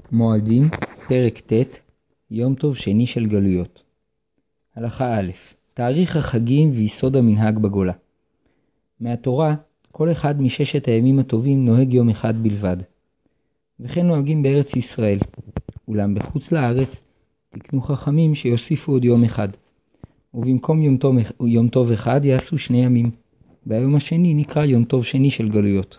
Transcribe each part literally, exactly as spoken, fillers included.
מועדים, פרק ט', יום טוב שני של גלויות. הלכה א', תאריך החגים ויסוד המנהג בגולה. מהתורה, כל אחד מששת הימים הטובים נוהג יום אחד בלבד. וכן נוהגים בארץ ישראל, אולם בחוץ לארץ תקנו חכמים שיוסיפו עוד יום אחד. ובמקום יום טוב, יום טוב אחד יעשו שני ימים, והיום השני נקרא יום טוב שני של גלויות.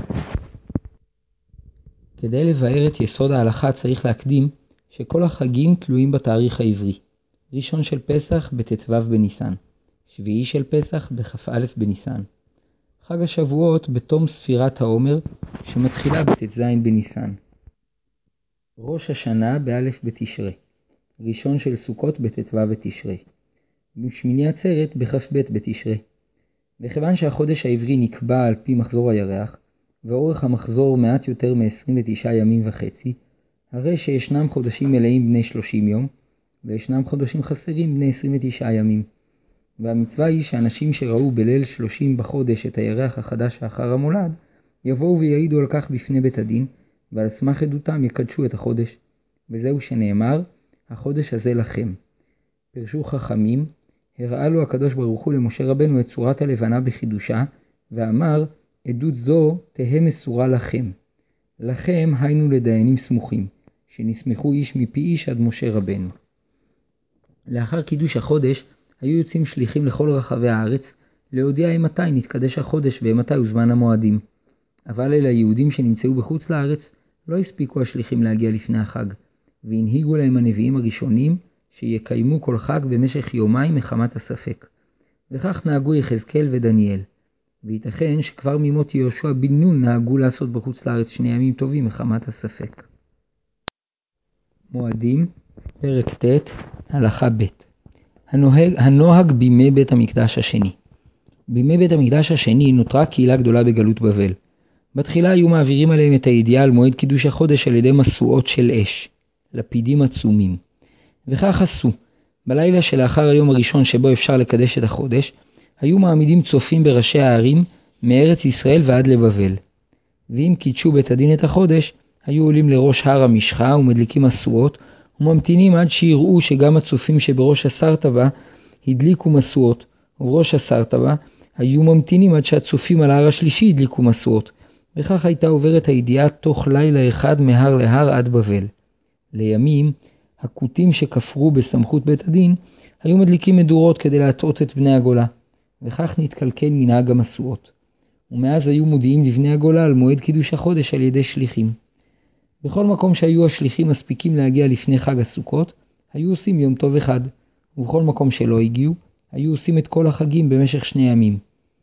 כדי לבאר את יסוד ההלכה צריך להקדים שכל החגים תלויים בתאריך העברי. ראשון של פסח בט"ו בניסן, שביעי של פסח בכ"א בניסן. חג השבועות בתום ספירת העומר שמתחילה בט"ז בניסן. ראש השנה באלף בתשרי, ראשון של סוכות בט"ו בתשרי. ושמיני עצרת בכ"ב בתשרי. וכיוון שהחודש העברי נקבע על פי מחזור הירח, ואורך המחזור מעט יותר מ-עשרים ותשעה ימים וחצי, הרי שישנם חודשים מלאים בני שלושים יום, וישנם חודשים חסרים בני עשרים ותשעה ימים. והמצווה היא שאנשים שראו בליל שלושים בחודש את הירח החדש האחר המולד, יבואו ויעידו על כך בפני בית הדין, ועל סמך עדותם יקדשו את החודש. וזהו שנאמר, החודש הזה לכם. פרשו חכמים, הראה לו הקדוש ברוך הוא למשה רבנו את צורת הלבנה בחידושה, ואמר, עדות זו תהא מסורה לכם. לכם היינו לדיינים סמוכים, שנסמכו איש מפי איש עד משה רבנו. לאחר קידוש החודש, היו יוצאים שליחים לכל רחבי הארץ, להודיע אימתי נתקדש החודש ואימתי הוא זמן המועדים. אבל אל היהודים שנמצאו בחוץ לארץ, לא הספיקו השליחים להגיע לפני החג, והנהיגו להם הנביאים הראשונים, שיקיימו כל חג במשך יומיים מחמת הספק. וכך נהגו יחזקאל ודניאל. וייתכן שכבר ממות יהושע בן נון נהגו לעשות בחוץ לארץ שני ימים טובים מחמת הספק. מועדים, פרק ט', הלכה ב'. הנוהג, הנוהג בימי בית המקדש השני. בימי בית המקדש השני נותרה קהילה גדולה בגלות בבל. בתחילה היו מעבירים עליהם את הידיעה על מועד קידוש החודש על ידי מסועות של אש, לפידים עצומים. וכך עשו. בלילה שלאחר היום הראשון שבו אפשר לקדש את החודש, היו מעמידים צופים בראשי הערים מארץ ישראל ועד לבבל. ואם קידשו בית הדין את החודש, היו עולים לראש הר המשחה ומדליקים מסועות, וממתינים עד שיראו שגם הצופים שבראש הסרטבה הדליקו מסועות, ובראש הסרטבה היו ממתינים עד שהצופים על ההר השלישי הדליקו מסועות, וכך הייתה עוברת הידיעה תוך לילה אחד מהר להר עד בבל. לימים, הכותים שכפרו בסמכות בית הדין, היו מדליקים מדורות כדי להטעות את בני הגולה, וכך נתקלקל מנהג המסועות. ומאז היו מודיעים לבני הגולה על מועד קידוש החודש על ידי שליחים. בכל מקום שהיו השליחים מספיקים להגיע לפני חג הסוכות, היו עושים יום טוב אחד, ובכל מקום שלא הגיעו, היו עושים את כל החגים במשך שני ימים.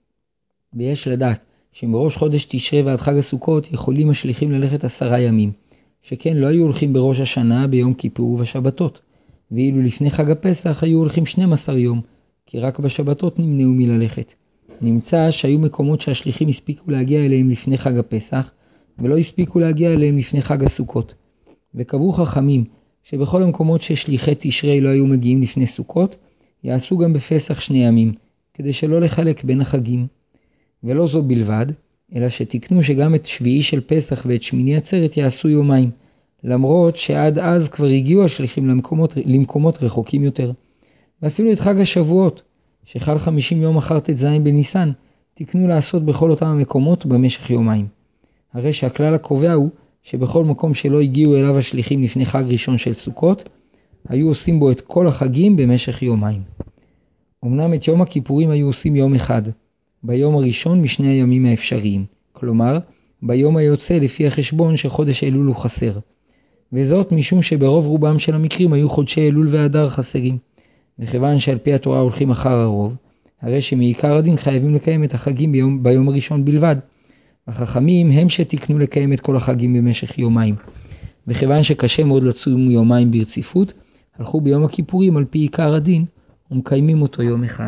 ויש לדעת שמראש חודש תשרי ועד חג הסוכות יכולים השליחים ללכת עשרה ימים, שכן לא היו הולכים בראש השנה ביום כיפור ובשבתות, ואילו לפני חג הפסח היו הולכים שנים עשר יום, כי רק בשבתות נמנעו מללכת. נמצא שהיו מקומות שהשליחים הספיקו להגיע אליהם לפני חג הפסח, ולא הספיקו להגיע אליהם לפני חג הסוכות. וקבעו חכמים שבכל המקומות ששליחי תשרי לא היו מגיעים לפני סוכות, יעשו גם בפסח שני ימים, כדי שלא לחלק בין החגים. ולא זו בלבד, אלא שתקנו שגם את שביעי של פסח ואת שמיני עצרת יעשו יומיים, למרות שעד אז כבר הגיעו השליחים למקומות, למקומות רחוקים יותר. ואפילו את חג השבועות, שחל חמישים יום אחר ט"ז בניסן, תקנו לעשות בכל אותם המקומות במשך יומיים. הרי שהכלל הקובע הוא שבכל מקום שלא הגיעו אליו השליחים לפני חג ראשון של סוכות, היו עושים בו את כל החגים במשך יומיים. אמנם את יום הכיפורים היו עושים יום אחד, ביום הראשון משני הימים האפשריים, כלומר, ביום היוצא לפי החשבון שחודש אלול הוא חסר. וזאת משום שברוב רובם של המקרים היו חודשי אלול ואדר חסרים. וכיוון שעל פי התורה הולכים אחר הרוב, הרי שמעיקר הדין חייבים לקיים את החגים ביום, ביום הראשון בלבד. החכמים הם שתקנו לקיים את כל החגים במשך יומיים. וכיוון שקשה מאוד לצום יומיים ברציפות, הלכו ביום הכיפורים על פי עיקר הדין ומקיימים אותו יום אחד.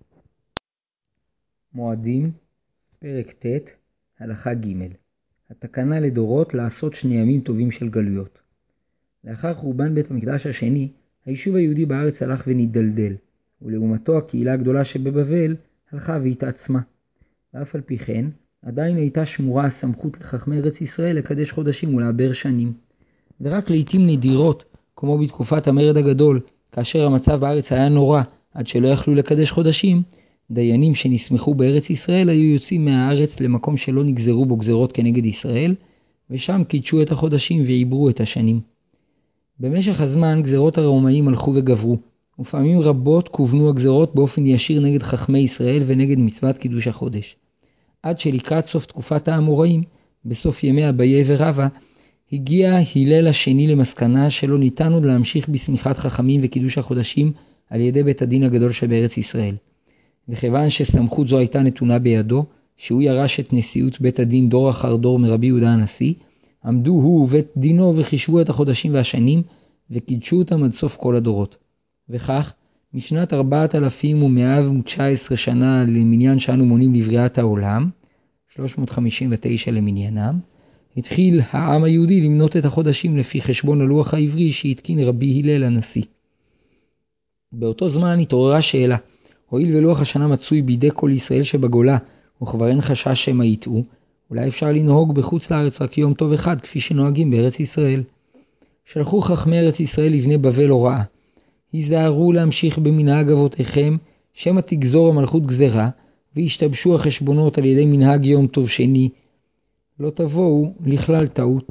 מועדים, פרק ט', הלכה ג'. התקנה לדורות לעשות שני ימים טובים של גלויות. לאחר חורבן בית המקדש השני, היישוב היהודי בארץ הלך ונתדלדל, ולעומתו הקהילה הגדולה שבבבל הלכה והתעצמה. ואף על פי כן, עדיין הייתה שמורה הסמכות לחכמי ארץ ישראל לקדש חודשים ולעבר שנים. ורק לעתים נדירות, כמו בתקופת המרד הגדול, כאשר המצב בארץ היה נורא, עד שלא יכלו לקדש חודשים, דיינים שנסמכו בארץ ישראל היו יוצאים מהארץ למקום שלא נגזרו בו גזרות כנגד ישראל, ושם קידשו את החודשים ועיברו את השנים. במשך הזמן גזרות הרומאים הלכו וגברו, ופעמים רבות כוונו הגזרות באופן ישיר נגד חכמי ישראל ונגד מצוות קידוש החודש. עד שלקראת סוף תקופת האמוראים, בסוף ימי אביי ורבא, הגיע הלל השני למסקנה שלא ניתן עוד להמשיך בסמיכת חכמים וקידוש החודשים על ידי בית הדין הגדול שבארץ ישראל. וכיוון שסמכות זו הייתה נתונה בידו, שהוא ירש את נשיאות בית הדין דור אחר דור מרבי יהודה הנשיא, עמדו הוא ובית דינו וחישבו את החודשים והשנים, וקידשו אותם עד סוף כל הדורות. וכך, משנת ארבעת אלפים ומאה ותשע עשרה שנה למניין שאנו מונים לבריאת העולם, שלוש מאות חמישים ותשע למניינם, התחיל העם היהודי למנות את החודשים לפי חשבון הלוח העברי שהתקין רבי הלל הנשיא. באותו זמן התעוררה שאלה, הואיל ולוח השנה מצוי בידי כל ישראל שבגולה, וכבר אין חשש שהם יטעו, אולי אפשר לנהוג בחוץ לארץ רק יום טוב אחד כפי שנוהגים בארץ ישראל. שלחו חכמי ארץ ישראל לבני בבל הוראה, היזהרו להמשיך במנהג אבותיכם, שמא תגזור המלכות גזרה, והשתבשו החשבונות על ידי מנהג יום טוב שני, לא תבואו לכלל טעות.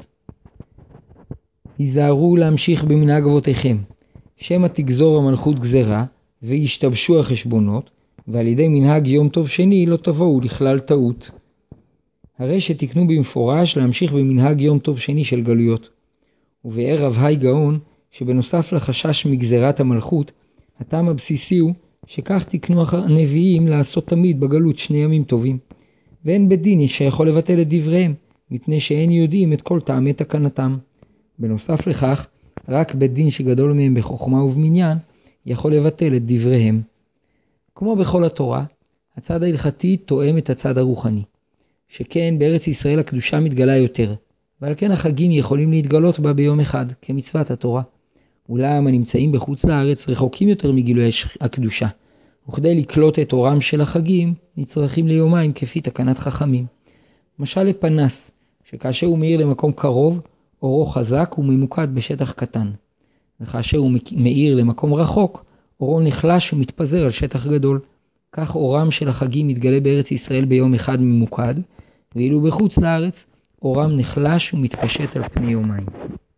היזהרו להמשיך במנהג אבותיכם, שמא תגזור המלכות גזרה, והשתבשו החשבונות, ועל ידי מנהג יום טוב שני לא תבואו לכלל טעות. הרי שתקנו במפורש להמשיך במנהג יום טוב שני של גלויות. ובאר רב היי גאון, שבנוסף לחשש מגזרת המלכות, הטעם הבסיסי הוא שכך תקנו הנביאים לעשות תמיד בגלות שני ימים טובים. ואין בדין שיכול לבטל את דבריהם, מפני שאין יודעים את כל טעמי תקנתם. בנוסף לכך, רק בדין שגדול מהם בחוכמה ובמניין, יכול לבטל את דבריהם. כמו בכל התורה, הצד ההלכתי תואם את הצד הרוחני. שכן בארץ ישראל הקדושה מתגלה יותר, ועל כן החגים יכולים להתגלות בה ביום אחד, כמצוות התורה. אולם הנמצאים בחוץ לארץ רחוקים יותר מגילוי הקדושה, וכדי לקלוט את אורם של החגים, נצרכים ליומיים כפי תקנת חכמים. משל לפנס, שכאשר הוא מאיר למקום קרוב, אורו חזק וממוקד בשטח קטן. וכאשר הוא מאיר למקום רחוק, אורו נחלש ומתפזר על שטח גדול. כך אורם של החגים מתגלה בארץ ישראל ביום אחד ממוקד, ואילו בחוץ לארץ, אורם נחלש ומתפשט על פני יומיים.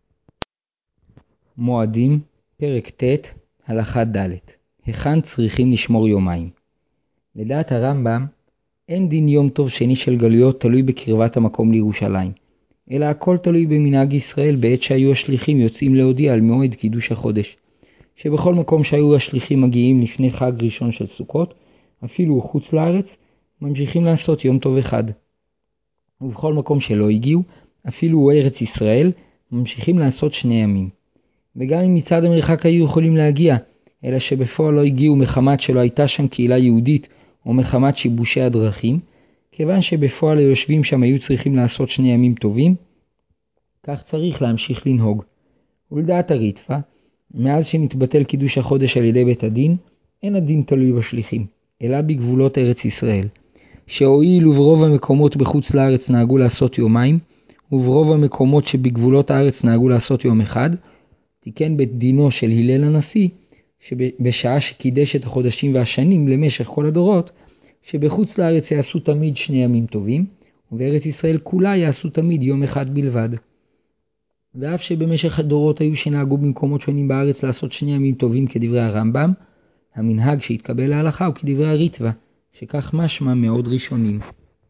מועדים, פרק ט', הלכה ד'. היכן צריכים לשמור יומיים? לדעת הרמב"ם, אין דין יום טוב שני של גלויות תלוי בקרבת המקום לירושלים, אלא הכל תלוי במנהג ישראל בעת שהיו השליחים יוצאים להודיע על מועד קידוש החודש, שבכל מקום שהיו השליחים מגיעים לפני חג ראשון של סוכות, אפילו חוץ לארץ, ממשיכים לעשות יום טוב אחד. ובכל מקום שלא הגיעו, אפילו ארץ ישראל, ממשיכים לעשות שני ימים. וגם אם מצד המרחק היו יכולים להגיע, אלא שבפועל לא הגיעו מחמת שלא הייתה שם קהילה יהודית, או מחמת שיבושי הדרכים, כיוון שבפועל היושבים שם היו צריכים לעשות שני ימים טובים, כך צריך להמשיך לנהוג. ולדעת הריטב"א, מאז שנתבטל קידוש החודש על ידי בית הדין, אין הדין תלוי בשליחים, אלא בגבולות ארץ ישראל, שהואיל וברוב המקומות בחוץ לארץ נהגו לעשות יומיים, וברוב המקומות שבגבולות הארץ נהגו לעשות יום אחד, תיקן בית דינו של הלל הנשיא, שבשעה שקידש את החודשים והשנים למשך כל הדורות, שבחוץ לארץ יעשו תמיד שני ימים טובים, ובארץ ישראל כולה יעשו תמיד יום אחד בלבד. ואף שבמשך הדורות היו שנהגו במקומות שונים בארץ לעשות שני ימים טובים כדברי הרמב"ם, המנהג שהתקבל להלכה הוא כדברי הריטב"א, שכך משמע מאוד ראשונים.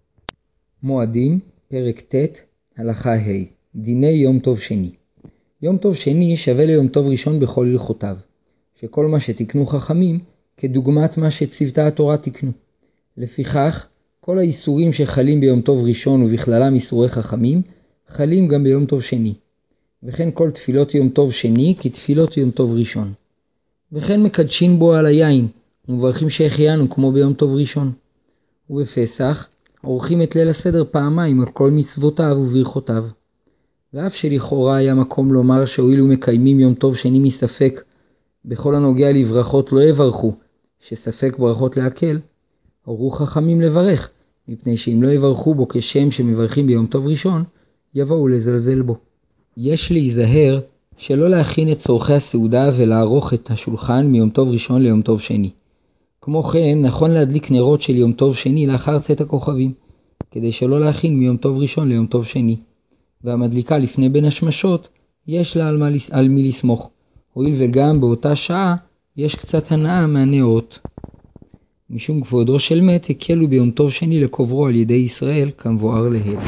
מועדים, פרק ט', הלכה ה', דיני יום טוב שני. יום טוב שני שווה ליום טוב ראשון בכל הלכותיו, שכל מה שתקנו חכמים, כדוגמת מה שצוותה התורה תקנו. לפיכך, כל האיסורים שחלים ביום טוב ראשון ובכללם איסורי חכמים, חלים גם ביום טוב שני. וכן כל תפילות יום טוב שני כתפילות יום טוב ראשון. וכן מקדשים בו על היין, ומברכים שהחיינו כמו ביום טוב ראשון. ובפסח, עורכים את ליל הסדר פעמיים על כל מצוותיו וברכותיו. ואף שלכאורה היה מקום לומר שהואילו מקיימים יום טוב שני מספק, בכל הנוגע לברכות לא יברכו, שספק ברכות להקל, הורו חכמים לברך, מפני שאם לא יברכו בו כשם שמברכים ביום טוב ראשון, יבואו לזלזל בו. יש להיזהר שלא להכין את צורכי הסעודה ולערוך את השולחן מיום טוב ראשון ליום טוב שני. כמו כן, נכון להדליק נרות של יום טוב שני לאחר צאת הכוכבים, כדי שלא להכין מיום טוב ראשון ליום טוב שני. והמדליקה לפני בין השמשות, יש לה על, מה, על מי לסמוך, הואיל וגם באותה שעה יש קצת הנאה מהנאות. משום כבודו של מת הקלו ביום טוב שני לקוברו על ידי ישראל כמבואר להל.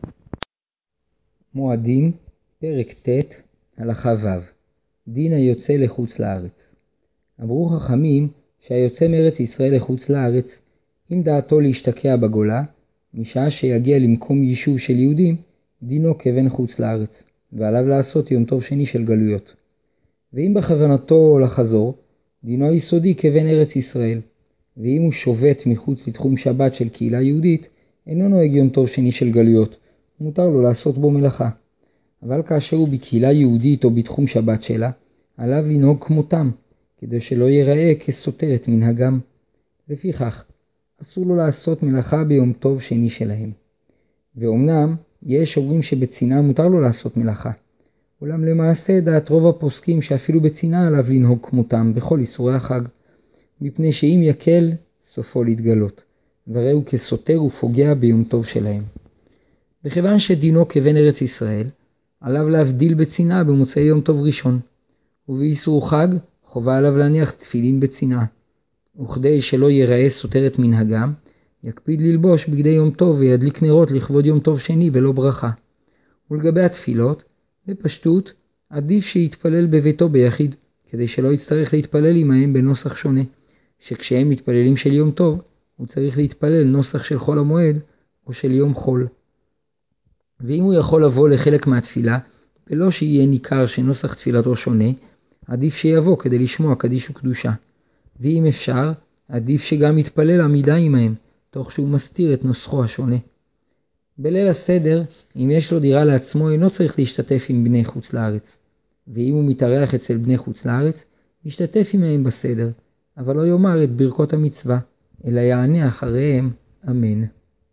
מועדים, פרק ט', הלכה ו'. דין היוצא לחוץ לארץ. אמרו חכמים שהיוצא מארץ ישראל לחוץ לארץ, אם דעתו להשתקע בגולה, משעה שיגיע למקום יישוב של יהודים, דינו כבן חוץ לארץ, ועליו לעשות יום טוב שני של גלויות. ואם בכוונתו לחזור, דינו היסודי כבן ארץ ישראל. ואם הוא שובת מחוץ לתחום שבת של קהילה יהודית, אינו נוהג יום טוב שני של גלויות, מותר לו לעשות בו מלאכה. אבל כאשר הוא בקהילה יהודית או בתחום שבת שלה, עליו לנהוג כמותם, כדי שלא ייראה כסותר את מנהגם. לפיכך, אסור לו לעשות מלאכה ביום טוב שני שלהם. ואומנם, יש אומרים שבצינה מותר לו לעשות מלאכה. אולם למעשה דעת רוב הפוסקים שאפילו בצינה עליו לנהוג כמותם בכל איסורי החג, מפני שאם יקל, סופו להתגלות, וראו כסותר ופוגע ביום טוב שלהם. וכיוון שדינו כבן ארץ ישראל, עליו להבדיל בצינה במוצאי יום טוב ראשון, ובאיסור חג חובה עליו להניח תפילין בצינה, וכדי שלא ייראה סותר את מנהגם, יקפיד ללבוש בגדי יום טוב וידליק נרות לכבוד יום טוב שני בלא ברכה. ולגבי התפילות, בפשטות, עדיף שיתפלל בביתו ביחיד, כדי שלא יצטרך להתפלל עמהם בנוסח שונה, שכשהם מתפללים של יום טוב, הוא צריך להתפלל נוסח של חול המועד או של יום חול. ואם הוא יכול לבוא לחלק מהתפילה, בלא שיהיה ניכר שנוסח תפילתו שונה, עדיף שיבוא כדי לשמוע קדיש וקדושה. ואם אפשר, עדיף שגם יתפלל עמידה עמהם, תוך שהוא מסתיר את נוסחו השונה. בליל הסדר, אם יש לו דירה לעצמו, אינו צריך להשתתף עם בני חוץ לארץ. ואם הוא מתארח אצל בני חוץ לארץ, ישתתף עמהם בסדר, אבל לא יאמר את ברכות המצווה, אלא יענה אחריהם, אמן.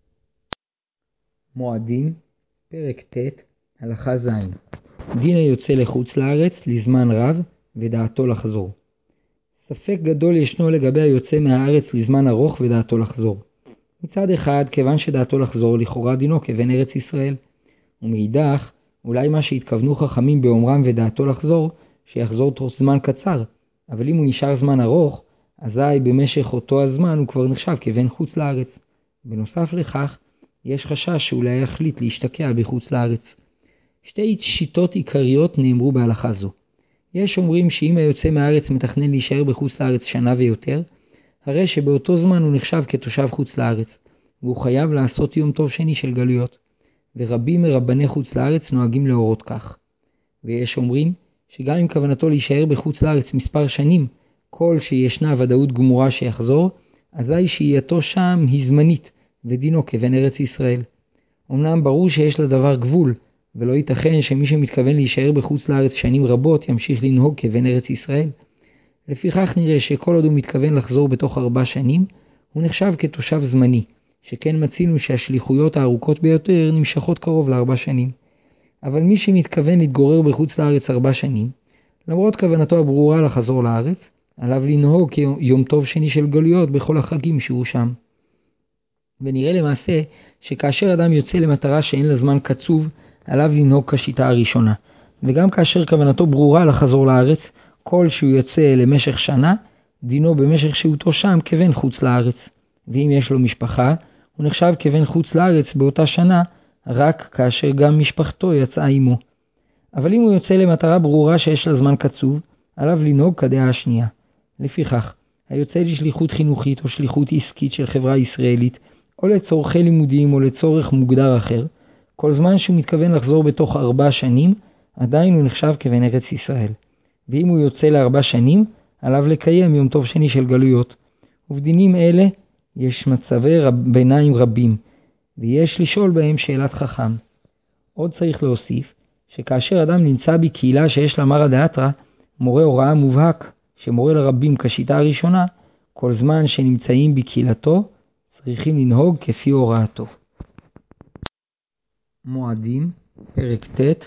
מועדים, פרק ט', הלכה ז'. דין היוצא לחוץ לארץ לזמן רב ודעתו לחזור. ספק גדול ישנו לגבי היוצא מהארץ לזמן ארוך ודעתו לחזור. מצד אחד, כיוון שדעתו לחזור לכאורה דינו כבן ארץ ישראל, ומאידך, אולי מה שהתכוונו חכמים באומרם ודעתו לחזור, שיחזור תוך זמן קצר, אבל אם הוא נשאר זמן ארוך, אזי במשך אותו הזמן הוא כבר נחשב כבן חוץ לארץ. בנוסף לכך, יש חשש שאולי יחליט להשתקע בחוץ לארץ. שתי שיטות עיקריות נאמרו בהלכה זו. יש אומרים שאם היוצא מהארץ מתכנן להישאר בחוץ לארץ שנה ויותר, הרי שבאותו זמן הוא נחשב כתושב חוץ לארץ, והוא חייב לעשות יום טוב שני של גלויות. ורבים מרבני חוץ לארץ נוהגים להורות כך. ויש אומרים שגם אם כוונתו להישאר בחוץ לארץ מספר שנים, כל שישנה ודאות גמורה שיחזור, אזי שהייתו שם היא זמנית, ודינו כבן ארץ ישראל. אמנם ברור שיש לדבר גבול, ולא ייתכן שמי שמתכוון להישאר בחוץ לארץ שנים רבות ימשיך לנהוג כבן ארץ ישראל. לפיכך נראה שכל עוד הוא מתכוון לחזור בתוך ארבע שנים, הוא נחשב כתושב זמני, שכן מצינו שהשליחויות הארוכות ביותר נמשכות קרוב לארבע שנים. אבל מי שמתכוון להתגורר בחוץ לארץ ארבע שנים, למרות כוונתו הברורה לחזור לארץ, עליו לנהוג כיום טוב שני של גלויות בכל החגים שהוא שם. ונראה למעשה שכאשר אדם יוצא למטרה שאין לה זמן קצוב, עליו לנהוג כשיטה הראשונה. וגם כאשר כוונתו ברורה לחזור לארץ, כל שהוא יוצא למשך שנה, דינו במשך שהותו שם כבן חוץ לארץ. ואם יש לו משפחה, הוא נחשב כבן חוץ לארץ באותה שנה, רק כאשר גם משפחתו יצאה עמו. אבל אם הוא יוצא למטרה ברורה שיש לה זמן קצוב, עליו לנהוג כדעה השנייה. לפיכך, היוצא לשליחות חינוכית או שליחות עסקית של חברה ישראלית, או לצורכי לימודים או לצורך מוגדר אחר, כל זמן שהוא מתכוון לחזור בתוך ארבע שנים, עדיין הוא נחשב כבן ארץ ישראל. ואם הוא יוצא לארבע שנים, עליו לקיים יום טוב שני של גלויות. ובדינים אלה יש מצבי רב, ביניים רבים, ויש לשאול בהם שאלת חכם. עוד צריך להוסיף, שכאשר אדם נמצא בקהילה שיש לה מרא דאתרא, מורה הוראה מובהק, שמורה לרבים כשיטה הראשונה, כל זמן שנמצאים בקהילתו, צריכים לנהוג כפי הוראתו. מועדים, פרק ט',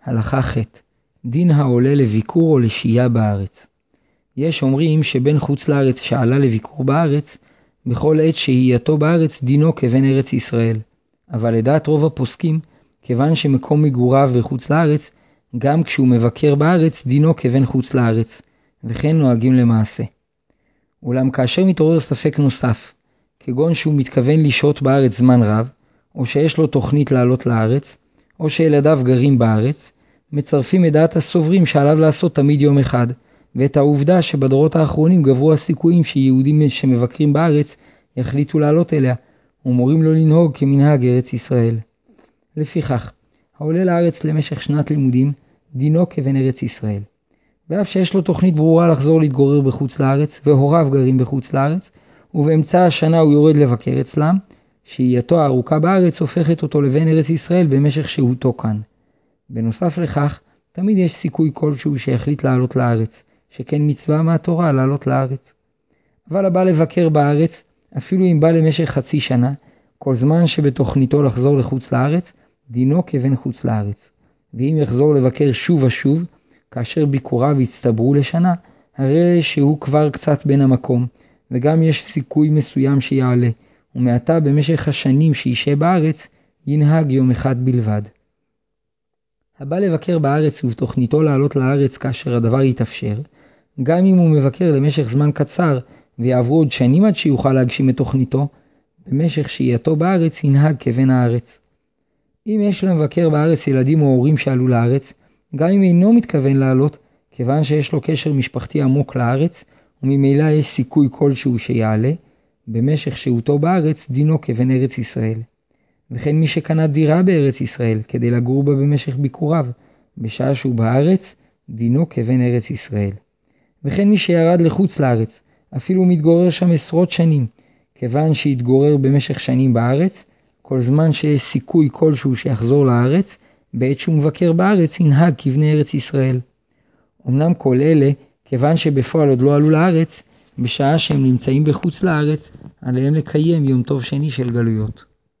הלכה ח' דין העולה לביקור או לשהייה בארץ. יש אומרים שבן חוץ לארץ שעלה לביקור בארץ, בכל עת שהייתו בארץ דינו כבן ארץ ישראל. אבל לדעת רוב הפוסקים, כיוון שמקום מגוריו בחוץ לארץ, גם כשהוא מבקר בארץ דינו כבן חוץ לארץ, וכן נוהגים למעשה. אולם כאשר מתעורר ספק נוסף, כגון שהוא מתכוון לשהות בארץ זמן רב, או שיש לו תוכנית לעלות לארץ, או שילדיו גרים בארץ, מצרפים את דעת הסוברים שעליו לעשות תמיד יום אחד, ואת העובדה שבדורות האחרונים גברו הסיכויים שיהודים שמבקרים בארץ יחליטו לעלות אליה, ומורים לו לנהוג כמנהג ארץ ישראל. לפיכך, העולה לארץ למשך שנת לימודים, דינו כבן ארץ ישראל. ואף שיש לו תוכנית ברורה לחזור להתגורר בחוץ לארץ, והוריו גרים בחוץ לארץ, ובאמצע השנה הוא יורד לבקר אצלם, שהייתו הארוכה בארץ הופכת אותו לבן ארץ ישראל במשך שהותו כאן. בנוסף לכך, תמיד יש סיכוי כלשהו שיחליט לעלות לארץ, שכן מצווה מהתורה לעלות לארץ. אבל הבא לבקר בארץ, אפילו אם בא למשך חצי שנה, כל זמן שבתוכניתו לחזור לחוץ לארץ, דינו כבן חוץ לארץ. ואם יחזור לבקר שוב ושוב, כאשר ביקוריו יצטברו לשנה, הרי שהוא כבר קצת בין המקום, וגם יש סיכוי מסוים שיעלה, ומעתה במשך השנים שישה בארץ, ינהג יום אחד בלבד. הבא לבקר בארץ ובתוכניתו לעלות לארץ כאשר הדבר יתאפשר, גם אם הוא מבקר למשך זמן קצר ויעברו עוד שנים עד שיוכל להגשים את תוכניתו, במשך שהייתו בארץ ינהג כבן הארץ. אם יש למבקר בארץ ילדים או הורים שעלו לארץ, גם אם אינו מתכוון לעלות, כיוון שיש לו קשר משפחתי עמוק לארץ, וממילא יש סיכוי כלשהו שיעלה, במשך שהותו בארץ דינו כבן ארץ ישראל. וכן מי שקנה דירה בארץ ישראל כדי לגור בה במשך ביקוריו, בשעה שהוא בארץ, דינו כבן ארץ ישראל. וכן מי שירד לחוץ לארץ, אפילו מתגורר שם עשרות שנים, כיוון שהתגורר במשך שנים בארץ, כל זמן שיש סיכוי כלשהו שיחזור לארץ, בעת שהוא מבקר בארץ ינהג כבני ארץ ישראל. אמנם כל אלה, כיוון שבפועל עוד לא עלו לארץ, בשעה שהם נמצאים בחוץ לארץ, עליהם לקיים יום טוב שני של גלויות.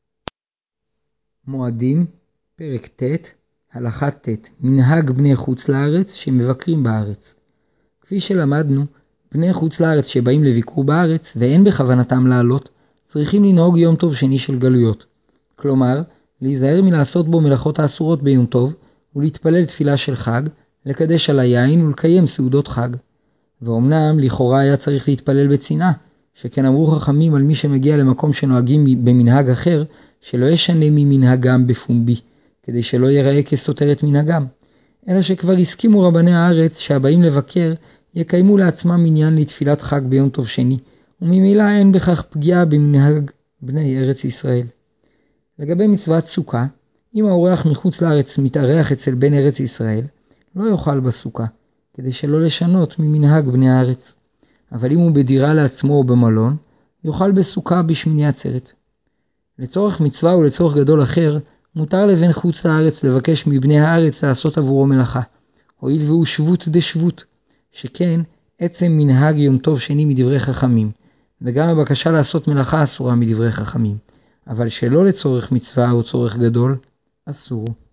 מועדים, פרק ט', הלכה ט', מנהג בני חוץ לארץ שמבקרים בארץ. כפי שלמדנו, בני חוץ לארץ שבאים לביקור בארץ ואין בכוונתם לעלות, צריכים לנהוג יום טוב שני של גלויות. כלומר, להיזהר מלעשות בו מלאכות האסורות ביום טוב, ולהתפלל תפילה של חג, לקדש על היין ולקיים סעודות חג. ואומנם לכאורה היה צריך להתפלל בצנעה, שכן אמרו חכמים על מי שמגיע למקום שנוהגים במנהג אחר, שלא ישנה ממנהגם בפומבי, כדי שלא ייראה כסותר את מנהגם. אלא שכבר הסכימו רבני הארץ שהבאים לבקר יקיימו לעצמם עניין לתפילת חג ביום טוב שני, וממילא אין בכך פגיעה במנהג בני ארץ ישראל. לגבי מצוות סוכה, אם האורח מחוץ לארץ מתארח אצל בן ארץ ישראל, לא יאכל בסוכה, כדי שלא לשנות ממנהג בני הארץ. אבל אם הוא בדירה לעצמו או במלון, יאכל בסוכה בשמיני עצרת. לצורך מצווה ולצורך גדול אחר, מותר לבן חוץ לארץ לבקש מבני הארץ לעשות עבורו מלאכה, הואיל והוא שבות דשבות, שכן עצם מנהג יום טוב שני מדברי חכמים, וגם הבקשה לעשות מלאכה אסורה מדברי חכמים, אבל שלא לצורך מצווה או צורך גדול, אסור.